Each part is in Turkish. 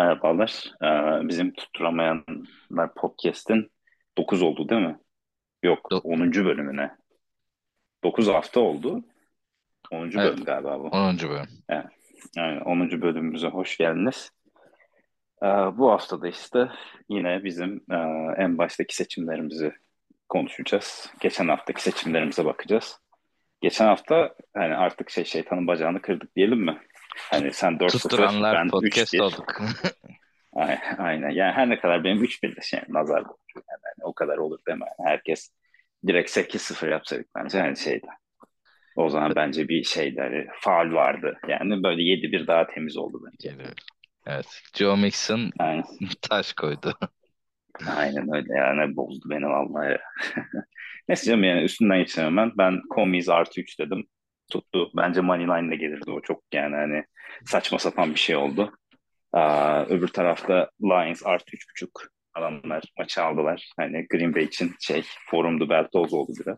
Merhabalar. Bizim Tutturamayanlar Podcast'in 9 oldu değil mi? Yok, Do- 10. bölümüne. 9 hafta oldu. 10. evet, bölüm galiba bu. 10. bölüm. Evet. Yani 10. bölümümüze hoş geldiniz. Bu haftada işte yine bizim en baştaki seçimlerimizi konuşacağız. Geçen haftaki seçimlerimize bakacağız. Geçen hafta hani artık şeytanın bacağını kırdık diyelim mi? Hani sen 4-0, Tutturanlar ben podcast 3-1. olduk. Aynen. Yani her ne kadar benim 3-1 de şey nazar boncuğu yani o kadar olur değil mi? Yani herkes direkt 8-0 yapsaydık bence hani şeydi. O zaman bence bir şeyde hani faul vardı. Yani böyle 7-1 daha temiz oldu bence. Geliyor. Evet. Joe Mixon Aynen, taş koydu. aynen öyle yani bozdu beni vallahi. Neyse canım yani üstünden geçemem ben. Ben Comey's +3 dedim. Tuttu. Bence Moneyline de gelirdi o çok yani hani saçma sapan bir şey oldu. Öbür tarafta Lions +3,5 adamlar maçı aldılar. Hani Green Bay için şey forumdu Beltoz oldu biraz.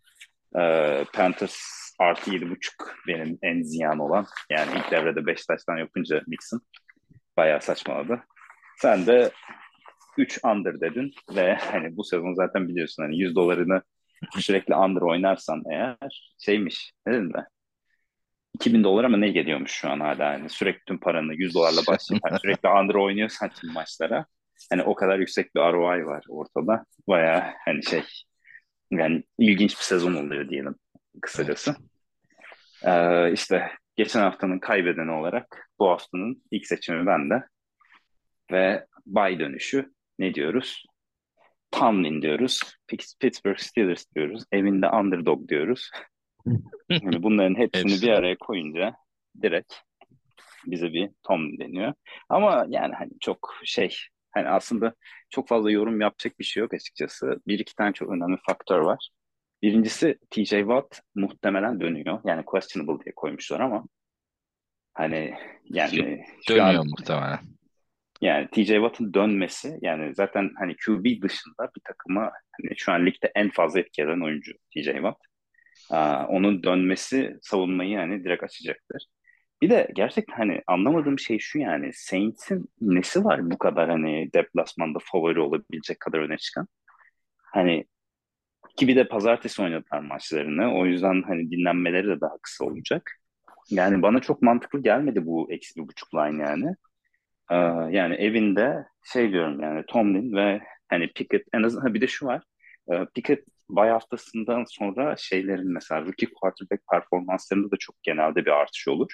Panthers +7,5 benim en ziyan olan. Yani ilk devrede 5 taştan yapınca Mixon bayağı saçmaladı. Sen de 3 under dedin ve hani bu sezon zaten biliyorsun hani $100'ını sürekli under oynarsan eğer şeymiş ne dedin de 2000 dolar ama ne geliyormuş şu an hala hani sürekli tüm paranı $100'la Şu başlayıp hani sürekli under oynuyorsan tüm maçlara hani o kadar yüksek bir ROI var ortada. Bayağı hani şey yani ilginç bir sezon oluyor diyelim Evet. kısacası. İşte geçen haftanın kaybedeni olarak bu haftanın ilk seçimi bende ve bay dönüşü ne diyoruz? Tomlin diyoruz. Pittsburgh Steelers diyoruz. Evinde underdog diyoruz. Yani bunların hepsini bir Hepsi. araya koyunca direkt bize bir Tom deniyor. Ama yani hani çok şey hani aslında çok fazla yorum yapacak bir şey yok açıkçası. Bir iki tane çok önemli faktör var. Birincisi TJ Watt muhtemelen dönüyor. Yani questionable diye koymuşlar ama hani Yok, yani şu dönüyor an muhtemelen. yani TJ Watt'ın dönmesi yani zaten hani QB dışında bir takıma hani şu an ligde en fazla etki eden oyuncu TJ Watt. Onun dönmesi savunmayı hani direkt açacaktır. Bir de gerçekten hani anlamadığım şey şu yani Saints'in nesi var bu kadar hani deplasmanda favori olabilecek kadar öne çıkan? Hani ki bir de pazartesi oynadılar maçlarını. O yüzden hani dinlenmeleri de daha kısa olacak. Yani bana çok mantıklı gelmedi bu -1,5 line yani. Ee, Yani evinde şey diyorum yani Tomlin ve hani Pickett en azından bir de şu var. Pickett bay haftasından sonra şeylerin mesela rookie quarterback performanslarında da çok genelde bir artış olur.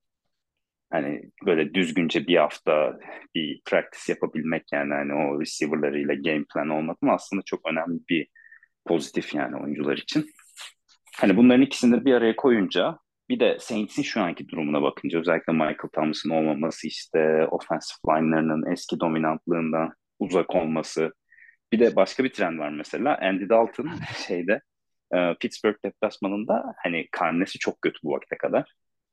Hani böyle düzgünce bir hafta bir practice yapabilmek yani hani o receiver'larıyla game plan olmak mı aslında çok önemli bir pozitif yani oyuncular için. Hani bunların ikisini de bir araya koyunca bir de Saints'in şu anki durumuna bakınca özellikle Michael Thomas'ın olmaması işte offensive line'larının eski dominantlığından uzak olması. Bir de başka bir trend var mesela. Andy Dalton şeyde Pittsburgh deplasmanında hani karnesi çok kötü bu vakte kadar.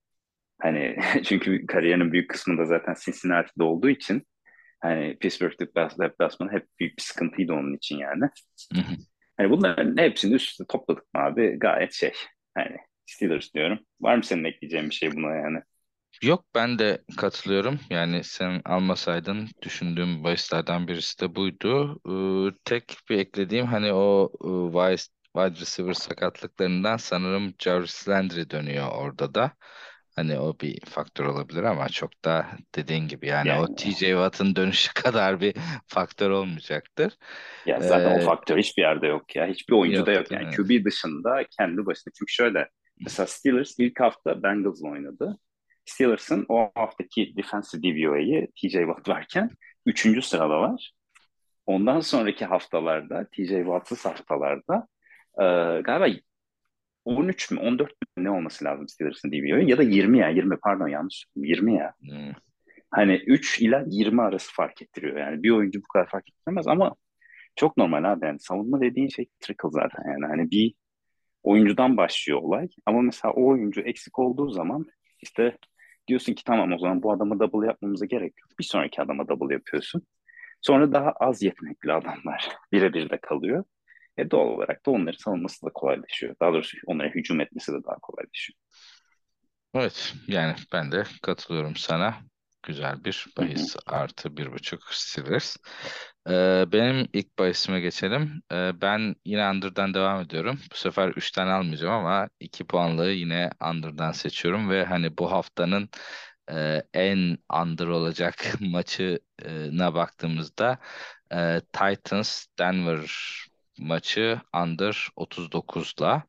Hani çünkü kariyerinin büyük kısmında zaten Cincinnati'de olduğu için hani Pittsburgh deplasmanı hep büyük bir sıkıntıydı onun için yani. Hı hı. Hani bunların hepsini üst üste topladık mı abi gayet şey hani Steelers diyorum. Var mı senin ekleyeceğin bir şey buna yani? Yok, ben de katılıyorum. Yani sen almasaydın düşündüğüm bahislerden birisi de buydu. Tek bir eklediğim hani o wide receiver sakatlıklarından sanırım Jarvis Landry dönüyor orada da. Hani o bir faktör olabilir ama çok da dediğin gibi yani o Yani TJ Watt'ın dönüşü kadar bir faktör olmayacaktır. ya zaten o Ee, faktör hiçbir yerde yok ya. Hiçbir oyuncuda Yok yok değil yani. mi? QB dışında kendi başına. Çünkü şöyle mesela Steelers ilk hafta Bengals'la oynadı. Steelers'ın o haftaki defensive DVOA'yı TJ Watt varken üçüncü sırada var. Ondan sonraki haftalarda TJ Watt'sız haftalarda e, galiba 13 mü 14 mü ne olması lazım Steelers'ın DVO'yu ya da 20 ya 20 pardon yanlış 20 ya. Hmm. Hani 3 ila 20 arası fark ettiriyor. Yani bir oyuncu bu kadar fark ettiremez ama çok normal abi. Yani savunma dediğin şey trickle zaten. Yani hani bir oyuncudan başlıyor olay. Ama mesela o oyuncu eksik olduğu zaman işte diyorsun ki tamam o zaman bu adama double yapmamıza gerek yok. Bir sonraki adama double yapıyorsun. Sonra daha az yetenekli adamlar birebir de kalıyor. Doğal olarak da onların savunması da kolaylaşıyor. Daha doğrusu onlara hücum etmesi de daha kolaylaşıyor. Evet, yani ben de katılıyorum sana. Güzel bir Hı hı, bahis. Artı 1.5 Steelers. Benim ilk bahisime geçelim. Ben yine under'dan devam ediyorum. Bu sefer 3 tane almayacağım ama 2 puanlığı yine under'dan seçiyorum ve hani bu haftanın en under olacak maçına baktığımızda Titans Denver maçı under 39'la.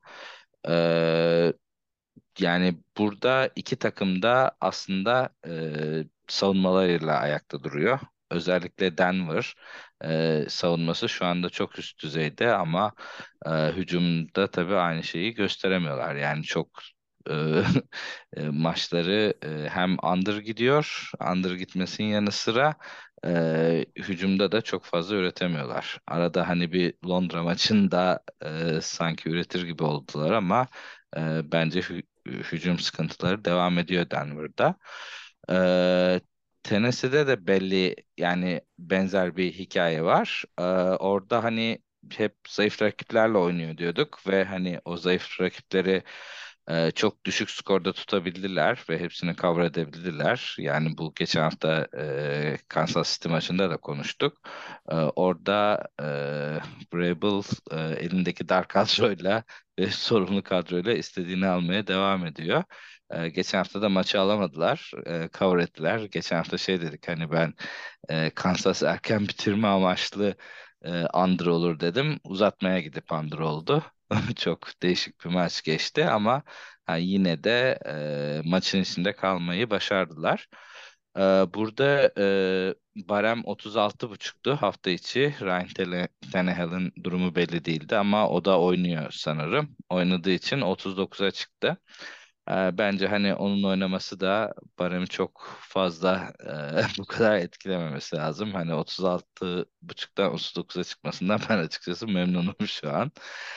Yani burada iki takım da aslında savunmalarıyla ayakta duruyor. Özellikle Denver savunması şu anda çok üst düzeyde ama hücumda tabii aynı şeyi gösteremiyorlar. Yani çok e, maçları hem under gidiyor, under gitmesinin yanı sıra hücumda da çok fazla üretemiyorlar. Arada hani bir Londra maçında sanki üretir gibi oldular ama bence hücum sıkıntıları devam ediyor Denver'da. Ee, Tennessee'de de belli yani benzer bir hikaye var. Orada hani hep zayıf rakiplerle oynuyor diyorduk ve hani o zayıf rakipleri çok düşük skorda tutabildiler ve hepsini cover edebildiler. Yani bu geçen hafta Kansas City maçında da konuştuk. Orada Vrabel elindeki dar kadroyla ve sorunlu kadroyla istediğini almaya devam ediyor. Geçen hafta da maçı alamadılar. Cover ettiler. Geçen hafta şey dedik hani ben Kansas erken bitirme amaçlı under olur dedim. Uzatmaya gidip under oldu. Çok değişik bir maç geçti ama ha, yine de maçın içinde kalmayı başardılar. E, Burada barem 36,5'tu hafta içi. Tannehill'in durumu belli değildi ama o da oynuyor sanırım. Oynadığı için 39'a çıktı. Bence hani onun oynaması da baremi çok fazla bu kadar etkilememesi lazım. Hani 36,5'tan 39'a çıkmasından ben açıkçası memnunum şu an.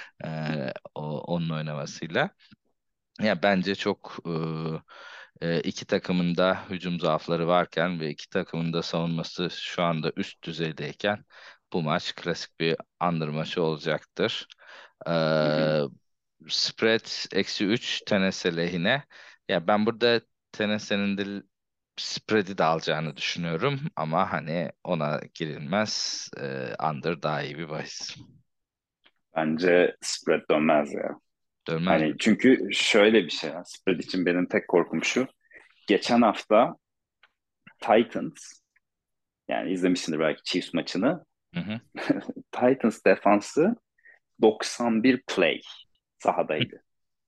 Onun oynamasıyla. Ya bence çok iki takımın da hücum zaafları varken ve iki takımın da savunması şu anda üst düzeydeyken bu maç klasik bir under maçı olacaktır. E, hı hı. Spread -3 Tennessee lehine. Ya ben burada Tennessee'nin de spread'i de alacağını düşünüyorum ama hani ona girilmez. Under daha iyi bir bahis. Bence spread dönmez ya. Dönmez mi? Hani çünkü şöyle bir şey. Spread için benim tek korkum şu. Geçen hafta Titans, yani izlemişsindir belki Chiefs maçını. Hı hı. Titans defansı 91 play sahadaydı.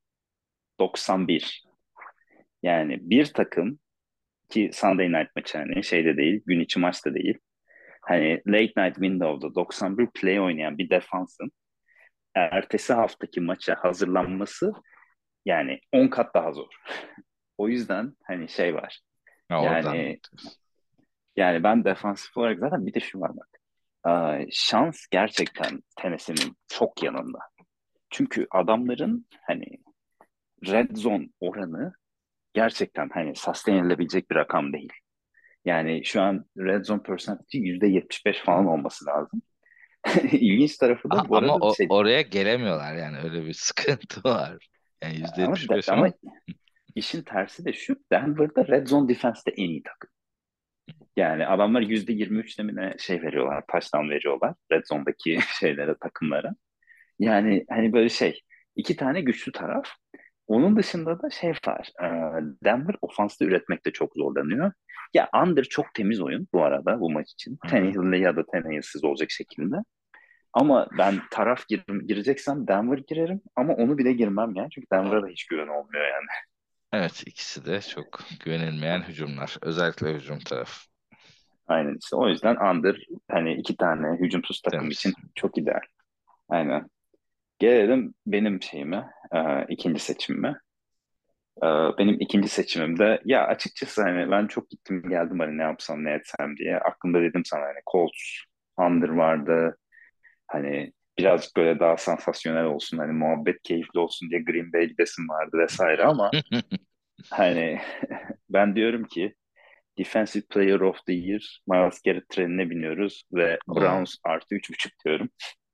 91. Yani bir takım ki Sunday Night maçı, hani şeyde değil, gün içi maçta değil. Hani late night window'da 91 play oynayan bir defansın ertesi haftaki maça hazırlanması yani 10 kat daha zor. O yüzden hani şey var. Ha, oradan. Yani ben defansif olarak zaten bir de şu var bak. Şans gerçekten Tennessee'nin çok yanında. Çünkü adamların hani red zone oranı gerçekten hani sustain edilebilecek bir rakam değil. Yani şu an red zone percentage'i %75 falan olması lazım. İlginç tarafı da bu Ama arada şey, oraya gelemiyorlar yani öyle bir sıkıntı var. Yani %75 ama ama işin tersi de şu: Denver'da red zone defense'de en iyi takım. Yani adamlar %23'te mi ne şey veriyorlar, touchdown veriyorlar red zone'daki şeylere, takımlara. Yani hani böyle şey, iki tane güçlü taraf. Onun dışında da şey var. Denver ofansta üretmekte çok zorlanıyor. Ya under çok temiz oyun bu arada bu maç için. hı hı. Tannehill'le ya da Tannehill'siz olacak şekilde. Ama ben taraf gireceksem Denver girerim ama onu bile girmem ya. Çünkü Denver'a da hiç güven olmuyor yani. Evet, ikisi de çok güvenilmeyen hücumlar. Özellikle hücum tarafı. Aynen işte, o yüzden under hani iki tane hücumsuz takım Temiz. için çok ideal. Aynen. Gelelim benim şeyime, ikinci seçimime. Benim ikinci seçimim de, ya açıkçası hani ben çok gittim geldim hani ne yapsam ne etsem diye. Aklımda dedim sana hani Colts under vardı. Hani birazcık böyle daha sansasyonel olsun, hani muhabbet keyifli olsun diye Green Bay gidesim vardı vesaire ama hani ben diyorum ki Defensive Player of the Year Myles Garrett trenine biniyoruz ve O Browns +3.5 diyorum.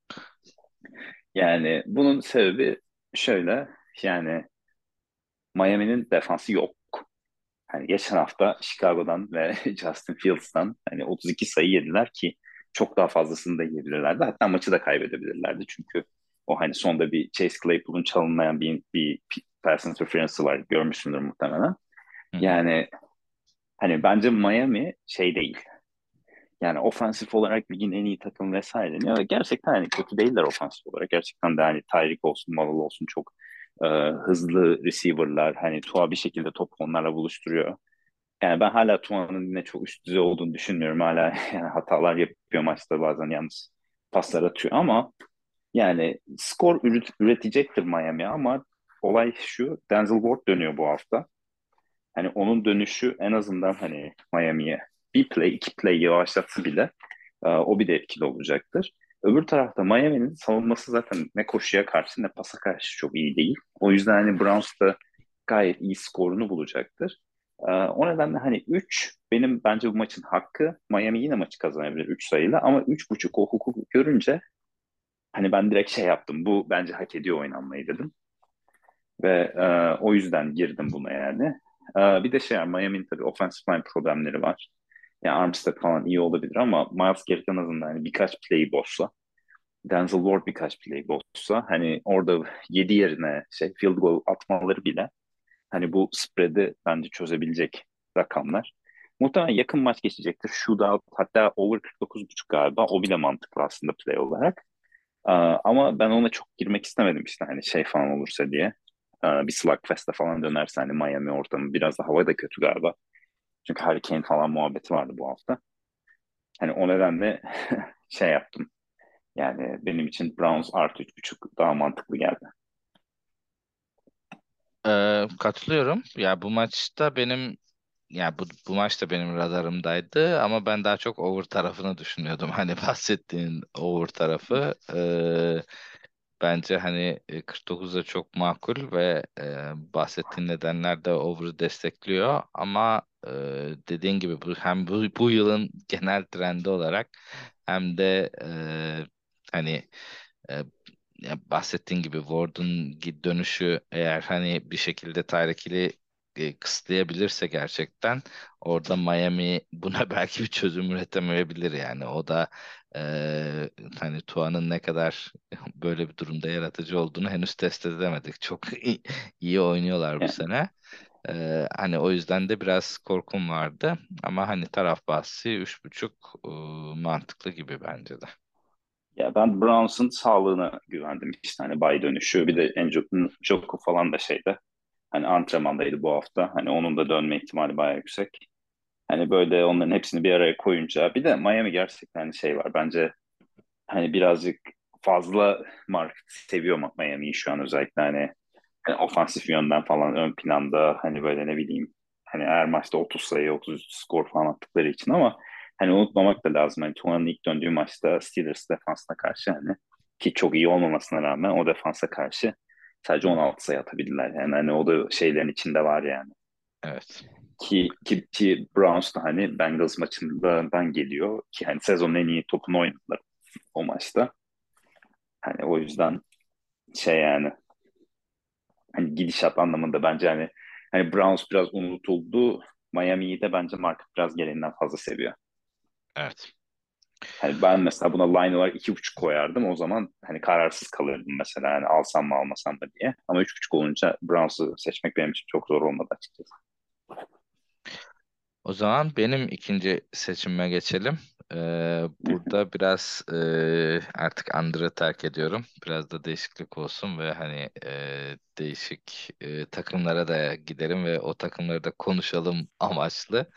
Yani bunun sebebi şöyle, yani Miami'nin defansı yok. Hani geçen hafta Chicago'dan ve Justin Fields'tan hani 32 sayı yediler ki çok daha fazlasını da yiyebilirlerdi. Hatta maçı da kaybedebilirlerdi. Çünkü o hani sonda bir Chase Claypool'un çalınmayan bir pass interference'ı var. Görmüşsündür muhtemelen. Hı hı. Yani hani bence Miami şey değil. Yani ofansif olarak ligin en iyi takım vesaire deniyor. Ve gerçekten hani kötü değiller ofansif olarak. Gerçekten de hani Tyreek olsun, Waddle olsun çok hızlı receiver'lar. Hani Tua bir şekilde topu onlarla buluşturuyor. Yani ben hala Tua'nın yine çok üst düzey olduğunu düşünmüyorum. Hala yani hatalar yapıyor maçta bazen yalnız paslar atıyor ama yani skor üretecektir Miami ama olay şu Denzel Ward dönüyor bu hafta. Hani onun dönüşü en azından hani Miami'ye bir play, iki play yavaşlatsa bile o bir de etkili olacaktır. Öbür tarafta Miami'nin savunması zaten ne koşuya karşı ne pasa karşı çok iyi değil. O yüzden hani Browns da gayet iyi skorunu bulacaktır. O nedenle hani 3 benim bence bu maçın hakkı. Miami yine maçı kazanabilir 3 sayıyla ama 3,5 o hukuk görünce hani ben direkt şey yaptım. Bu bence hak ediyor oynanmayı dedim. Ve o yüzden girdim buna yani. Bir de şey var, Miami'nin tabii offensive line problemleri var. Yani Armstead falan iyi olabilir ama Miles Garrett en azından hani birkaç play bozsa, Denzel Ward birkaç play bozsa hani orada 7 yerine şey field goal atmaları bile hani bu spread'i bence çözebilecek rakamlar. Muhtemelen yakın maç geçecektir. Shootout hatta over 49,5 galiba. O bile mantıklı aslında play olarak. Ama ben ona çok girmek istemedim işte hani şey falan olursa diye. Bir slugfest'e falan dönerse hani Miami ortamı biraz da hava da kötü galiba. Çünkü Hurricane falan muhabbeti vardı bu hafta. Hani o nedenle şey yaptım. Yani benim için Browns artı 3,5 daha mantıklı geldi. Katılıyorum. Ya bu maçta benim ya bu maç da benim radarımdaydı ama ben daha çok over tarafını düşünüyordum. Hani bahsettiğin over tarafı bence hani 49'da çok makul ve bahsettiğin nedenler de over'ı destekliyor ama dediğin gibi bu yılın genel trendi olarak hem de hani e, ya bahsettiğin gibi Ward'un dönüşü eğer hani bir şekilde Tyreek Hill'i kısıtlayabilirse gerçekten orada Miami buna belki bir çözüm üretemeyebilir yani. O da hani Tua'nın ne kadar böyle bir durumda yaratıcı olduğunu henüz test edemedik. Çok iyi oynuyorlar bu Yani, sene. Hani o yüzden de biraz korkum vardı. Ama hani taraf bahsi 3,5 mantıklı gibi bence de. ya ben Browns'ın sağlığına güvendim işte hani bay dönüşü. Bir de Njoku falan da şeyde. Hani antrenmandaydı bu hafta. Hani onun da dönme ihtimali bayağı yüksek. Hani böyle onların hepsini bir araya koyunca bir de Miami gerçekten hani şey var. Bence hani birazcık fazla market seviyor Miami'yi şu an özellikle hani ofansif yönden falan ön planda hani böyle ne bileyim hani her maçta 30 sayı 30 skor falan attıkları için ama hani unutmamak da lazım. Hani Tuan'ın ilk döndüğü maçta Steelers defansına karşı hani ki çok iyi olmamasına rağmen o defansa karşı sadece 16 sayı atabildiler. Yani hani o da şeylerin içinde var yani. Evet. Ki Browns da hani Bengals maçından geliyor ki hani sezonun en iyi topunu oynadılar o maçta. Hani o yüzden şey yani hani gidişat anlamında bence hani Browns biraz unutuldu. Miami'yi de bence market biraz gereğinden fazla seviyor. Evet. Hani ben mesela buna line olarak 2,5 koyardım. O zaman hani kararsız kalırdım mesela hani alsam mı almasam mı diye. Ama 3,5 olunca Browns'u seçmek benim için çok zor olmadı açıkçası. O zaman benim ikinci seçimime geçelim. Burada biraz artık Under'ı terk ediyorum. Biraz da değişiklik olsun ve hani değişik takımlara da gidelim ve o takımları da konuşalım amaçlı.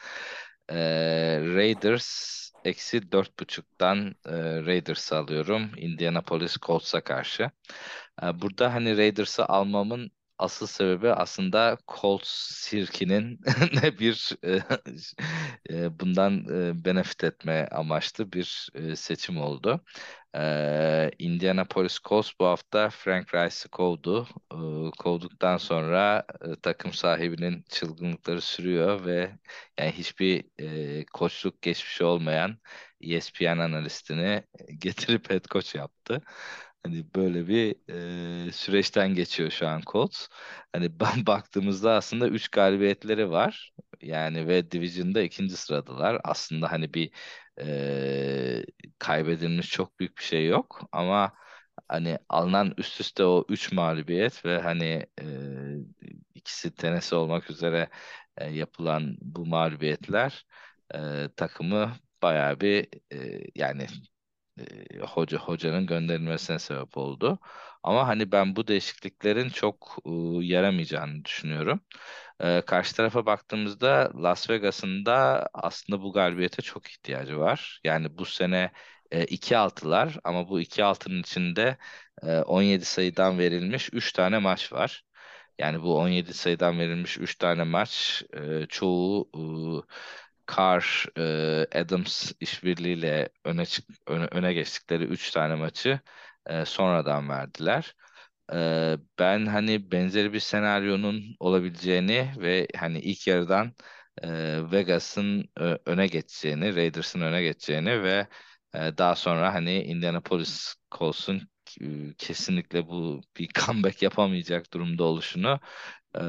Raiders eksi 4,5'tan Raiders'ı alıyorum Indianapolis Colts'a karşı. Burada hani Raiders'ı almamın asıl sebebi aslında Colts sirkinin ne bir bundan benefit etme amaçlı bir seçim oldu. Indianapolis Colts bu hafta Frank Reich'ı kovdu. Kovduktan sonra takım sahibinin çılgınlıkları sürüyor ve yani hiçbir koçluk geçmişi olmayan ESPN analistini getirip head coach yaptı. Hani böyle bir süreçten geçiyor şu an Colts. Hani baktığımızda aslında 3 galibiyetleri var. Yani ve Division'da ikinci sıradılar. Aslında hani bir kaybedilmiş çok büyük bir şey yok ama hani alınan üst üste o 3 mağlubiyet ve hani ikisi Tennessee olmak üzere yapılan bu mağlubiyetler takımı bayağı bir yani hocanın gönderilmesine sebep oldu. Ama hani ben bu değişikliklerin çok yaramayacağını düşünüyorum. Karşı tarafa baktığımızda Las Vegas'ın da aslında bu galibiyete çok ihtiyacı var. Yani bu sene 2-6'lar ama bu 2-6'nın içinde 17 sayıdan verilmiş 3 tane maç var. Yani bu 17 sayıdan verilmiş 3 tane maç çoğu Carr, Adams işbirliğiyle öne geçtikleri 3 tane maçı sonradan verdiler. Ben hani benzeri bir senaryonun olabileceğini ve hani ilk yarıdan Vegas'ın öne geçeceğini, Raiders'ın öne geçeceğini ve daha sonra hani Indianapolis Colts'un kesinlikle bu bir comeback yapamayacak durumda oluşunu e,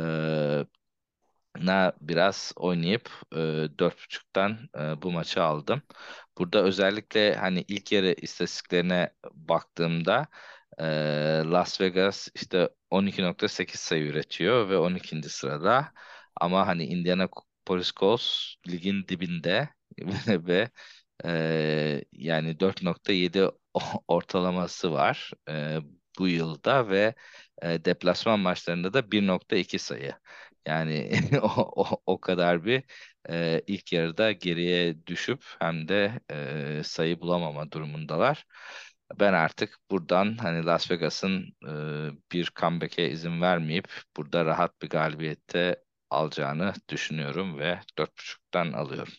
biraz oynayıp 4.5'tan bu maçı aldım. Burada özellikle hani ilk yarı istatistiklerine baktığımda e, Las Vegas işte 12,8 sayı üretiyor ve 12. sırada. Ama hani Indianapolis Colts ligin dibinde ve yani 4,7 ortalaması var bu yılda ve deplasman maçlarında da 1,2 sayı. Yani o kadar bir ilk yarıda geriye düşüp hem de sayı bulamama durumundalar. Ben artık buradan hani Las Vegas'ın bir comeback'e izin vermeyip burada rahat bir galibiyette alacağını düşünüyorum ve 4.5'tan alıyorum.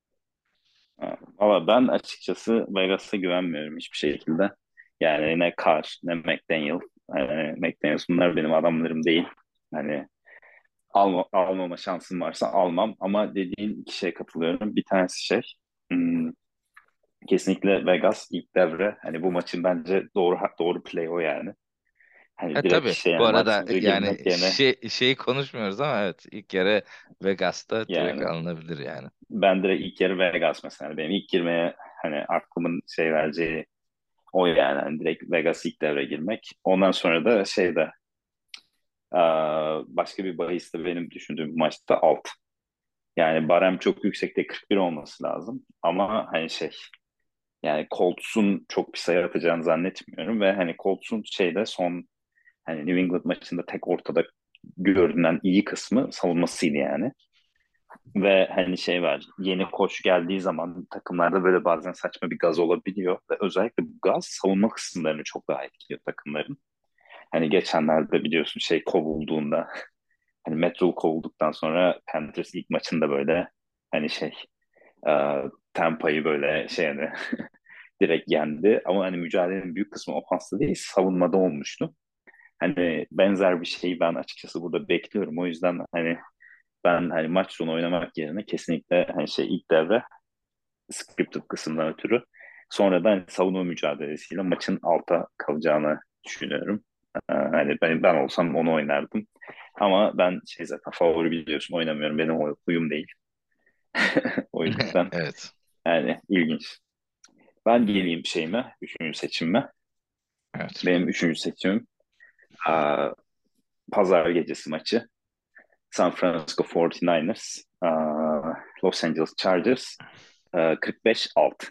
Valla ben açıkçası Vegas'a güvenmiyorum hiçbir şekilde. Yani ne Carr ne McDaniel. Yani McDaniel bunlar benim adamlarım değil. Hani almama şansım varsa almam. Ama dediğin iki şeye katılıyorum. Bir tanesi hmm, kesinlikle Vegas ilk devre. Hani bu maçın bence doğru play o yani. Hani direkt Tabii. şey Bu yani maç arada sonucu yani girmek yerine şeyi konuşmuyoruz ama evet ilk kere Vegas'ta direkt yani alınabilir yani. ben direkt ilk yarı Vegas mesela. Benim ilk girmeye hani aklımın şey vereceği o yani. Hani direkt Vegas ilk devre girmek. Ondan sonra da başka bir bahis de benim düşündüğüm maçta alt. Yani barem çok yüksekte 41 olması lazım. Ama hani yani Colts'un çok bir sayı atacağını zannetmiyorum ve hani Colts'un son hani New England maçında tek ortada görünen iyi kısmı savunmasıydı yani. Ve hani var, yeni koç geldiği zaman takımlarda böyle bazen saçma bir gaz olabiliyor. Ve özellikle bu gaz savunma kısımlarını çok daha etkiliyor takımların. Hani geçenlerde biliyorsun kovulduğunda, hani Metro kovulduktan sonra Panthers ilk maçında böyle hani e, Tampa'yı böyle hani direkt yendi. Ama hani mücadelenin büyük kısmı ofansta değil, savunmada olmuştu. Hani benzer bir şeyi ben açıkçası burada bekliyorum. O yüzden hani ben hani maç sonu oynamak yerine kesinlikle hani ilk devre scripted kısımdan ötürü sonradan savunma mücadelesiyle maçın alta kalacağını düşünüyorum. Hani ben olsam onu oynardım. Ama ben zaten favori biliyorsun oynamıyorum. Benim o huyum değil. O yüzden Evet. yani ilginç. Ben geleyim üçüncü seçimime. Evet. Benim üçüncü seçimim aa, Pazar gecesi maçı. San Francisco 49ers, Los Angeles Chargers 45-6.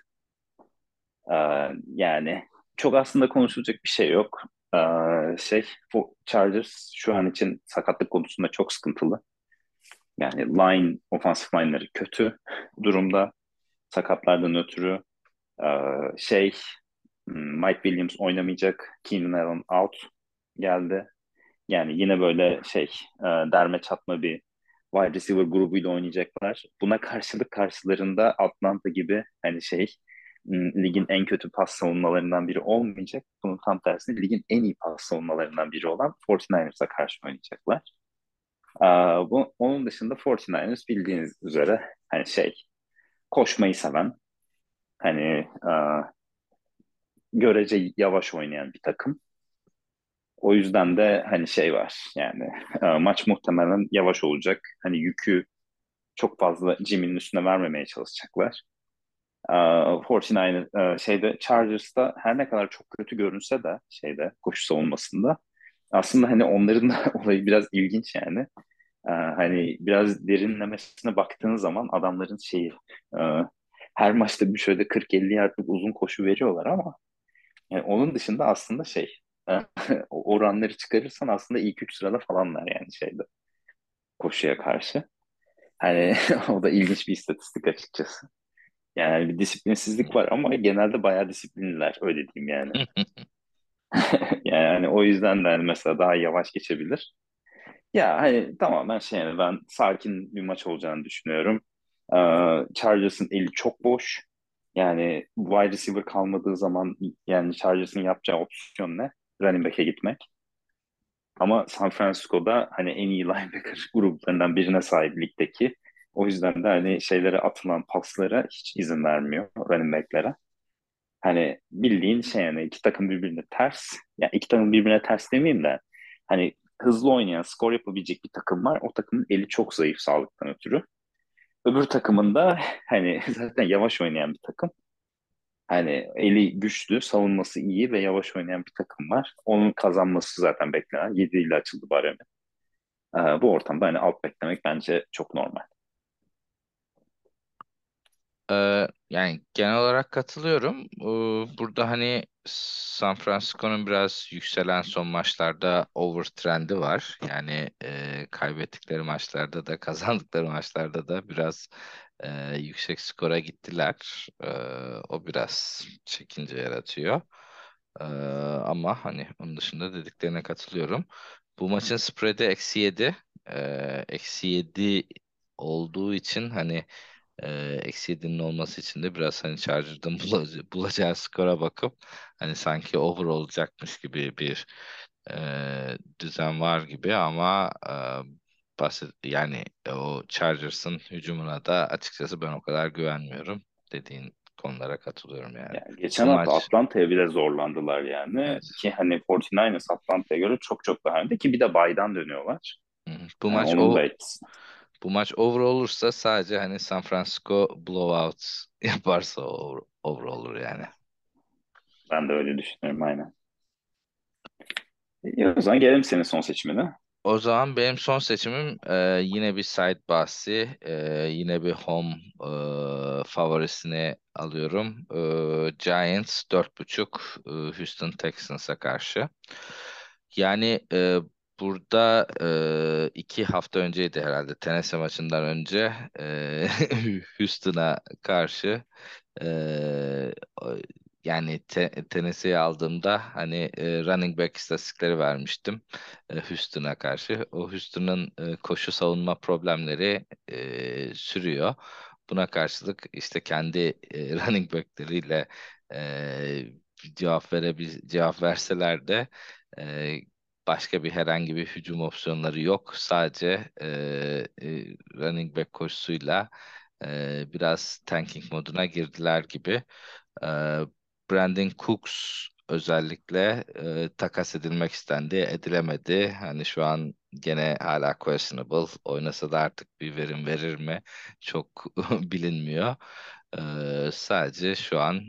Yani çok aslında konuşulacak bir şey yok. Bu Chargers şu an için sakatlık konusunda çok sıkıntılı. Yani offensive line'ları kötü durumda. Sakatlardan ötürü Ee, Mike Williams oynamayacak. Keenan Allen out geldi. Yani yine böyle derme çatma bir wide receiver grubuyla oynayacaklar. Buna karşılık karşılarında Atlanta gibi hani ligin en kötü pas savunmalarından biri olmayacak. Bunun tam tersine ligin en iyi pas savunmalarından biri olan 49ers'a karşı oynayacaklar. Onun dışında 49ers bildiğiniz üzere hani koşmayı seven hani görece yavaş oynayan bir takım. O yüzden de hani var yani maç muhtemelen yavaş olacak. Hani yükü çok fazla Jimmy'nin üstüne vermemeye çalışacaklar. 49 şeyde Chargers'ta her ne kadar çok kötü görünse de şeyde koşu savunmasında aslında hani onların da olayı biraz ilginç yani. Hani biraz derinlemesine baktığın zaman adamların e, her maçta bir şöyle 40-50 yardlık uzun koşu veriyorlar ama yani onun dışında aslında e, o oranları çıkarırsan aslında ilk 3 sırada falanlar yani şeyde koşuya karşı. Hani o da ilginç bir istatistik açıkçası. Yani bir disiplinsizlik var ama genelde bayağı disiplinliler öyle diyeyim yani. Yani hani o yüzden de hani mesela daha yavaş geçebilir. Ya hani tamamen yani ben sakin bir maç olacağını düşünüyorum. Chargers'ın eli çok boş. Yani wide receiver kalmadığı zaman yani Chargers'ın yapacağı opsiyon ne? Running back'e gitmek. Ama San Francisco'da hani en iyi linebacker gruplarından birine sahip ligdeki. O yüzden de hani şeylere atılan paslara hiç izin vermiyor running back'lere. Hani bildiğin yani iki takım birbirine ters. Ya iki takım birbirine ters demeyeyim de hani hızlı oynayan, skor yapabilecek bir takım var. O takımın eli çok zayıf sağlıktan ötürü. Öbür takımın da hani zaten yavaş oynayan bir takım. Hani eli güçlü, savunması iyi ve yavaş oynayan bir takım var. Onun kazanması zaten beklenen. 7 ile açıldı baremi. Bu ortamda hani alt beklemek bence çok normal. Yani genel olarak katılıyorum. Burada hani San Francisco'nun biraz yükselen son maçlarda over trendi var. Yani kaybettikleri maçlarda da kazandıkları maçlarda da biraz yüksek skora gittiler. O biraz çekince yaratıyor. Ee, Ama hani onun dışında dediklerine katılıyorum. Bu maçın spread'i -7. -7 olduğu için hani -7'nin olması için de biraz hani Chargers'ın bulacağı skora bakıp hani sanki over olacakmış gibi bir düzen var gibi ama yani o Chargers'ın hücumuna da açıkçası ben o kadar güvenmiyorum. Dediğin konulara katılıyorum yani. Yani geçen Bu hafta maç Atlanta'ya bile zorlandılar yani. evet. Ki hani 49ers Atlanta'ya göre çok çok daha önde ki bir de baydan dönüyorlar. Hı hı. Bu Yani maç onun o da etkisi. bu maç over olursa sadece hani San Francisco blowout yaparsa over olur yani. Ben de öyle düşünüyorum aynen. O zaman gelelim senin son seçimine. O zaman benim son seçimim yine bir side bahsi, yine bir home favorisini alıyorum. Giants 4.5 Houston Texans'a karşı. Yani burada 2 hafta önceydi herhalde Tennessee maçından önce Houston'a karşı e, yani Tennessee'yi aldığımda hani running back istatistikleri vermiştim Houston'a karşı. O Houston'ın koşu savunma problemleri sürüyor. Buna karşılık işte kendi running back'leriyle cevap verseler de e, başka bir herhangi bir hücum opsiyonları yok. Sadece running back koşusuyla biraz tanking moduna girdiler gibi. Ee, Brandon Cooks özellikle takas edilmek istendi, edilemedi. Hani şu an gene hala questionable. Oynasa da artık bir verim verir mi? Çok bilinmiyor. Sadece şu an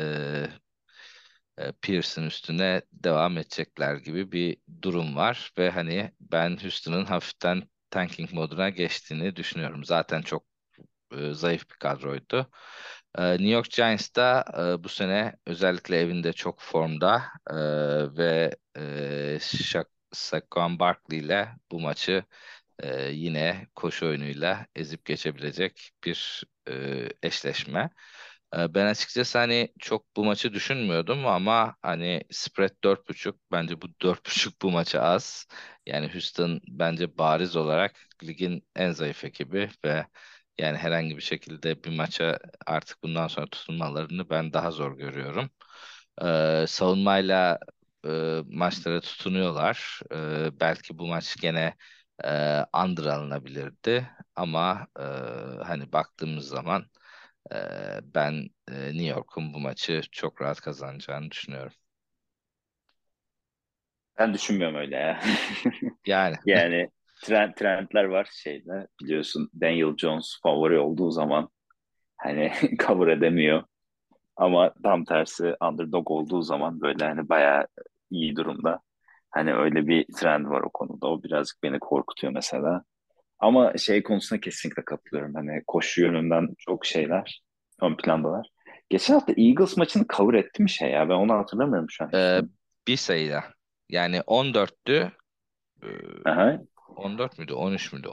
Pearson üstüne devam edecekler gibi bir durum var ve hani ben Houston'ın hafiften tanking moduna geçtiğini düşünüyorum. Zaten çok zayıf bir kadroydu. New York Giants da bu sene özellikle evinde çok formda ve Saquon Barkley ile bu maçı yine koşu oyunuyla ezip geçebilecek bir eşleşme. Ben açıkçası hani çok bu maçı düşünmüyordum ama hani spread 4.5 bence bu 4.5 bu maçı az. Yani Houston bence bariz olarak ligin en zayıf ekibi ve yani herhangi bir şekilde bir maça artık bundan sonra tutunmalarını ben daha zor görüyorum. Savunmayla maçlara tutunuyorlar. Belki bu maç gene under alınabilirdi ama hani baktığımız zaman ben New York'un bu maçı çok rahat kazanacağını düşünüyorum. Ben düşünmüyorum öyle ya. Yani Yani trendler var şeyde, biliyorsun Daniel Jones favori olduğu zaman hani cover edemiyor. Ama tam tersi underdog olduğu zaman böyle hani bayağı iyi durumda. Hani öyle bir trend var o konuda. O birazcık beni korkutuyor mesela. Ama şey konusunda kesinlikle katılıyorum. Hani koşu yönünden çok şeyler ön plandalar. Geçen hafta Eagles maçını cover etti mi şey ya? Ben onu hatırlamıyorum şu an Ee, Houston. bir sayıda. Yani 14'tü. Ee, Aha. 14 müydü? 13 müydü?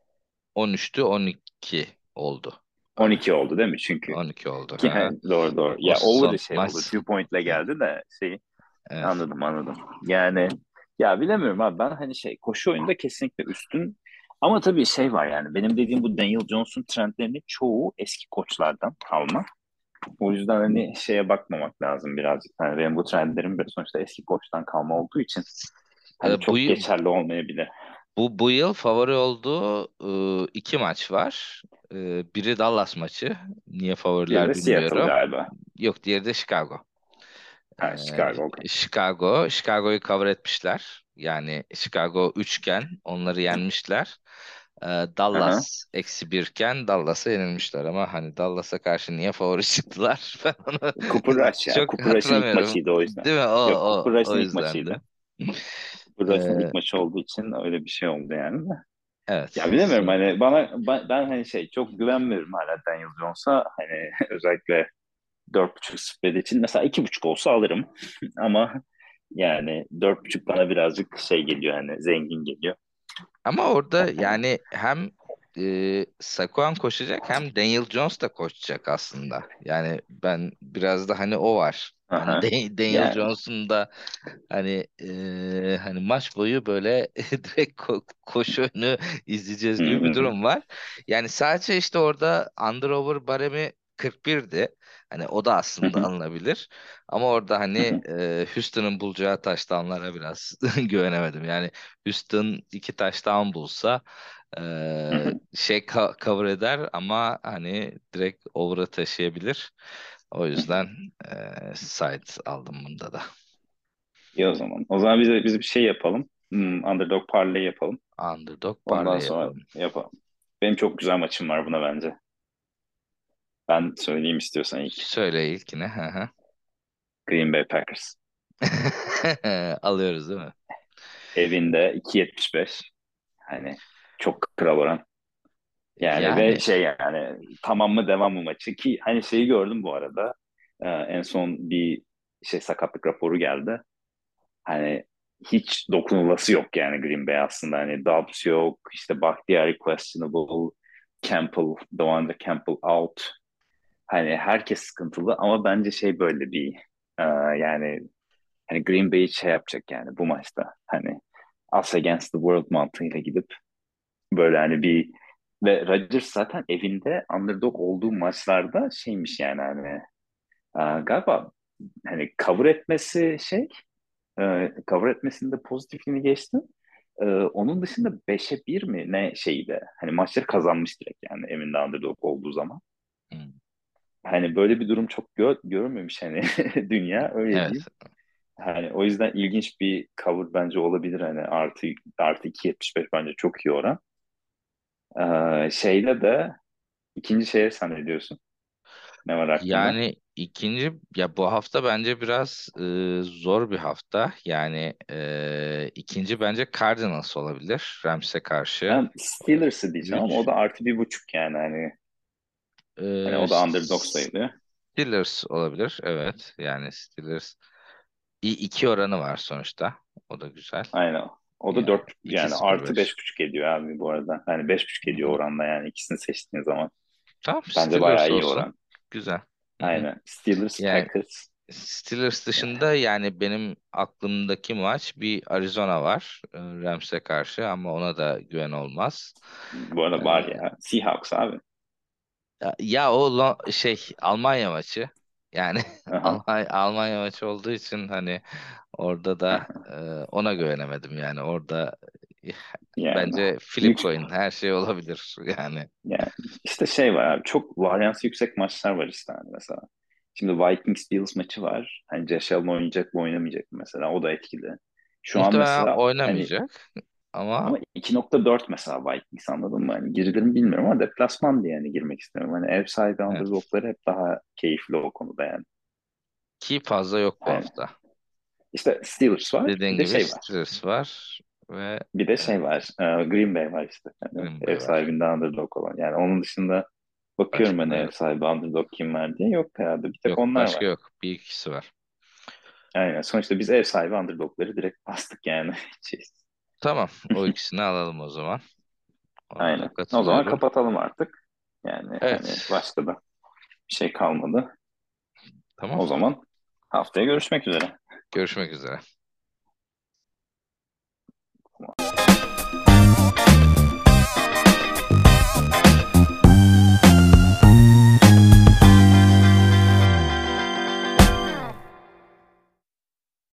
13'tü, 12 oldu. Öyle. 12 oldu değil mi? Çünkü 12 oldu. ki, Ha. doğru doğru. O Ya over son the şey maç. oldu. 2 pointle geldi de şey, Evet. anladım. Yani ya bilemiyorum abi, ben hani şey koşu oyunda kesinlikle üstün, ama tabii şey var, yani benim dediğim bu Daniel Jones'un trendlerinin çoğu eski koçlardan kalma. O yüzden hani şeye bakmamak lazım birazcık. Yani benim bu trendlerim böyle sonuçta eski koçtan kalma olduğu için hani Bu, çok geçerli olmayabilir. bu yıl favori olduğu iki maç var. Biri Dallas maçı. Niye Bir favoriler de Seattle bilmiyorum. galiba. Yok, diğeri de Chicago. Ha, Chicago, okay. Chicago'yu cover etmişler. Yani Chicago 3'ken onları yenmişler. Aha. Dallas -1 iken Dallas'a yenilmişler ama hani Dallas'a karşı niye favori çıktılar? Ben onu Cooper Rush ya. çok Cooper Rush'ın ilk hatırlamıyorum. maçıydı o yüzden. Değil mi? Yok, Cooper O Rush'ın ilk yüzden de. maçıydı. Cooper Rush'ın ilk Ee, maçı olduğu için öyle bir şey oldu yani de. Ya evet. bilemiyorum hani ben hani şey çok güvenmiyorum hala Daniel Jones'a. Hani özellikle 4,5 spread için mesela 2,5 olsa alırım. Ama yani 4,5 bana birazcık şey geliyor, hani zengin geliyor. Ama orada Hani, yani hem Saquon koşacak hem Daniel Jones da koşacak aslında. Yani ben biraz da hani o var. Hani aha. Daniel Yani Jones'un da hani hani maç boyu böyle direkt koşu önü izleyeceğiz hı gibi bir hı durum var. Yani sadece işte orada under over baremi 41'di. Hani o da hı aslında hı alınabilir. Ama orada hani hı hı Houston'ın bulacağı touchdownlara biraz güvenemedim. Yani Houston iki touchdown bulsa şey cover eder ama hani direkt over'a taşıyabilir. O hı hı. yüzden side aldım bunda da. İyi o zaman. O zaman biz bir şey yapalım. Underdog parlay yapalım. Underdog Ondan parlay sonra yapalım. yapalım. Benim çok güzel maçım var buna bence. Ben söyleyeyim istiyorsan ilk. Söyle ilkine. Hı hı. Green Bay Packers. Alıyoruz değil mi? Evinde 2,75. Hani çok kral oran. Yani ve Yani şey, yani tamam mı devam mı maçı, ki hani şeyi gördüm bu arada. En son bir şey sakatlık raporu geldi. Hani hiç dokunulası yok yani Green Bay aslında. Hani Dobbs yok, işte Bakhtiari questionable, Campbell, Devonta Campbell out. Hani herkes sıkıntılı, ama bence şey böyle bir yani hani Green Bay şey yapacak yani bu maçta. Hani us against the world mantığıyla gidip böyle hani bir, ve Rodgers zaten evinde underdog olduğu maçlarda şeymiş yani hani galiba hani cover etmesi şey, cover etmesinde pozitifini geçtim. Onun dışında 5'e 1 mi ne şeydi? Hani maçları kazanmış direkt yani evinde underdog olduğu zaman. hmm, Hani böyle bir durum çok görmemiş hani dünya, öyle evet. diyeyim. Hani o yüzden ilginç bir cover bence olabilir, hani artı 2,75 bence çok iyi oran. Şeyde de ikinci şeye sen ne diyorsun? Ne var aklında? Yani ikinci ya bu hafta bence biraz zor bir hafta. Yani ikinci bence Cardinals olabilir Rams'e karşı. Ben Steelers'ı diyeceğim ama o 3. da artı 1,5 yani hani o da underdog sayılıyor. Steelers olabilir. Evet. Yani Steelers iki oranı var sonuçta. O da güzel. Aynen. O da Yani 4 yani artı 2,05. 5,5 ediyor abi bu arada. Hani 5,5 Hı ediyor hı. oranda, yani ikisini seçtiğin zaman. Tamam, Bence bayağı Steelers iyi olsun. oran. Güzel. Hı hı. Aynen. Steelers, Yani Packers. Steelers dışında yani benim aklımdaki maç bir Arizona var Rams'e karşı ama ona da güven olmaz. Bu E, arada var ya. Seahawks abi. ya o şey Almanya maçı. Yani Aha, Almanya maçı olduğu için hani orada da aha. ona güvenemedim yani orada Yani bence flip yük, coin her şey olabilir yani. yani işte şey var abi. Çok varyansı yüksek maçlar var işte hani mesela. Şimdi Vikings Bills maçı var. Hani Josh Allen oynayacak mı oynamayacak mı mesela. O da etkili. Şu an Muhtemelen mesela hani oynamayacak. Ama Ama 2.4 mesela Vikings, anladın mı? Hani girilir mi bilmiyorum ama deplasman diye yani girmek istemiyorum. Hani ev sahibi evet. underdogları hep daha keyifli o konuda yani. Ki fazla yok bu Yani hafta. işte Steelers var, bir Dediğin de gibi şey var. Steelers var ve Bir de e, şey var, Green Bay var işte. Hani Green ev Bay var. sahibinde underdog olan. Yani onun dışında bakıyorum Başka hani da ev yok. sahibi underdog kim var diye. Yok herhalde. Bir tek Yok, onlar başka var. yok. Bir ikisi var. Aynen. Sonuçta biz ev sahibi underdogları direkt bastık yani. Şey, Tamam, o ikisini alalım o zaman. Ona da aynen. O zaman katılıyorum. kapatalım artık. Yani hani Evet. başka da bir şey kalmadı. Tamam. O zaman haftaya görüşmek üzere. Görüşmek üzere.